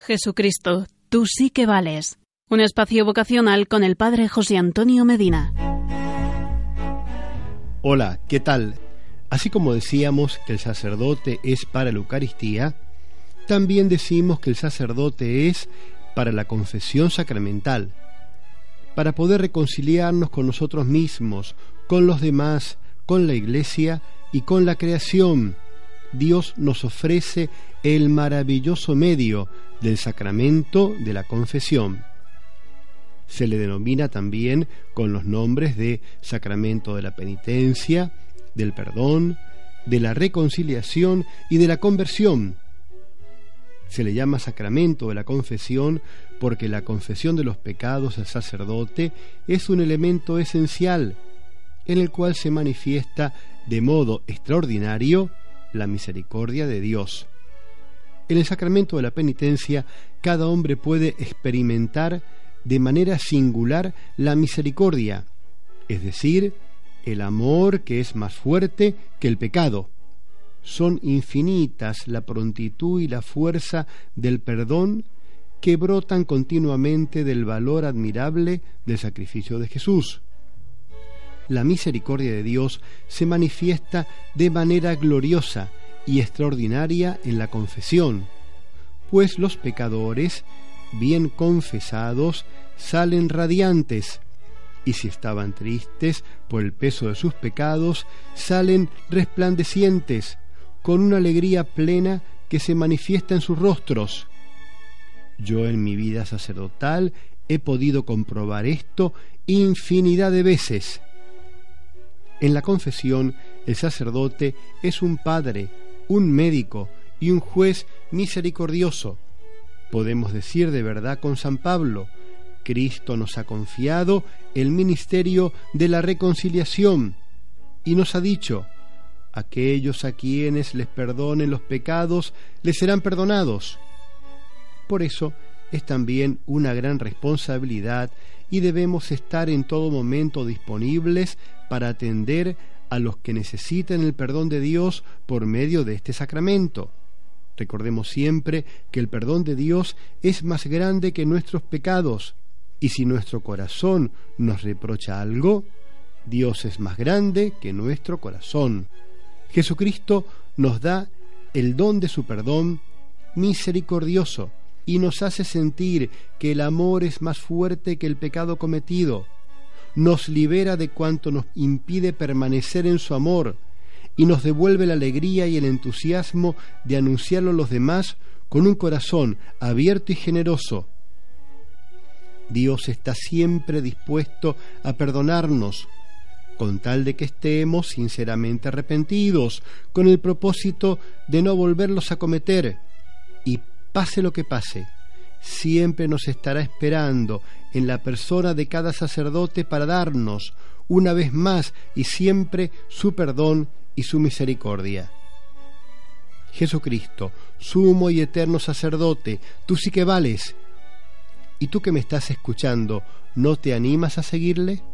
Jesucristo, tú sí que vales. Un espacio vocacional con el Padre José Antonio Medina. Hola, ¿qué tal? Así como decíamos que el sacerdote es para la Eucaristía, también decimos que el sacerdote es para la confesión sacramental, para poder reconciliarnos con nosotros mismos, con los demás, con la Iglesia y con la creación. Dios nos ofrece el maravilloso medio del sacramento de la confesión. Se le denomina también con los nombres de sacramento de la penitencia, del perdón, de la reconciliación y de la conversión. Se le llama sacramento de la confesión porque la confesión de los pecados del sacerdote es un elemento esencial en el cual se manifiesta de modo extraordinario la misericordia de Dios. En el sacramento de la penitencia, cada hombre puede experimentar de manera singular la misericordia, es decir, el amor que es más fuerte que el pecado. Son infinitas la prontitud y la fuerza del perdón que brotan continuamente del valor admirable del sacrificio de Jesús. La misericordia de Dios se manifiesta de manera gloriosa y extraordinaria en la confesión, pues los pecadores, bien confesados, salen radiantes, y si estaban tristes por el peso de sus pecados, salen resplandecientes, con una alegría plena que se manifiesta en sus rostros. Yo en mi vida sacerdotal he podido comprobar esto infinidad de veces. En la confesión, el sacerdote es un padre, un médico y un juez misericordioso. Podemos decir de verdad con San Pablo: Cristo nos ha confiado el ministerio de la reconciliación y nos ha dicho: aquellos a quienes les perdonen los pecados les serán perdonados. Por eso es también una gran responsabilidad y debemos estar en todo momento disponibles para atender a los que necesitan el perdón de Dios por medio de este sacramento. Recordemos siempre que el perdón de Dios es más grande que nuestros pecados, y si nuestro corazón nos reprocha algo, Dios es más grande que nuestro corazón. Jesucristo nos da el don de su perdón misericordioso y nos hace sentir que el amor es más fuerte que el pecado cometido. Nos libera de cuanto nos impide permanecer en su amor y nos devuelve la alegría y el entusiasmo de anunciarlo a los demás con un corazón abierto y generoso. Dios está siempre dispuesto a perdonarnos, con tal de que estemos sinceramente arrepentidos, con el propósito de no volverlos a cometer. Y pase lo que pase, siempre nos estará esperando en la persona de cada sacerdote para darnos, una vez más y siempre, su perdón y su misericordia. Jesucristo, sumo y eterno sacerdote, tú sí que vales. ¿Y tú que me estás escuchando, no te animas a seguirle?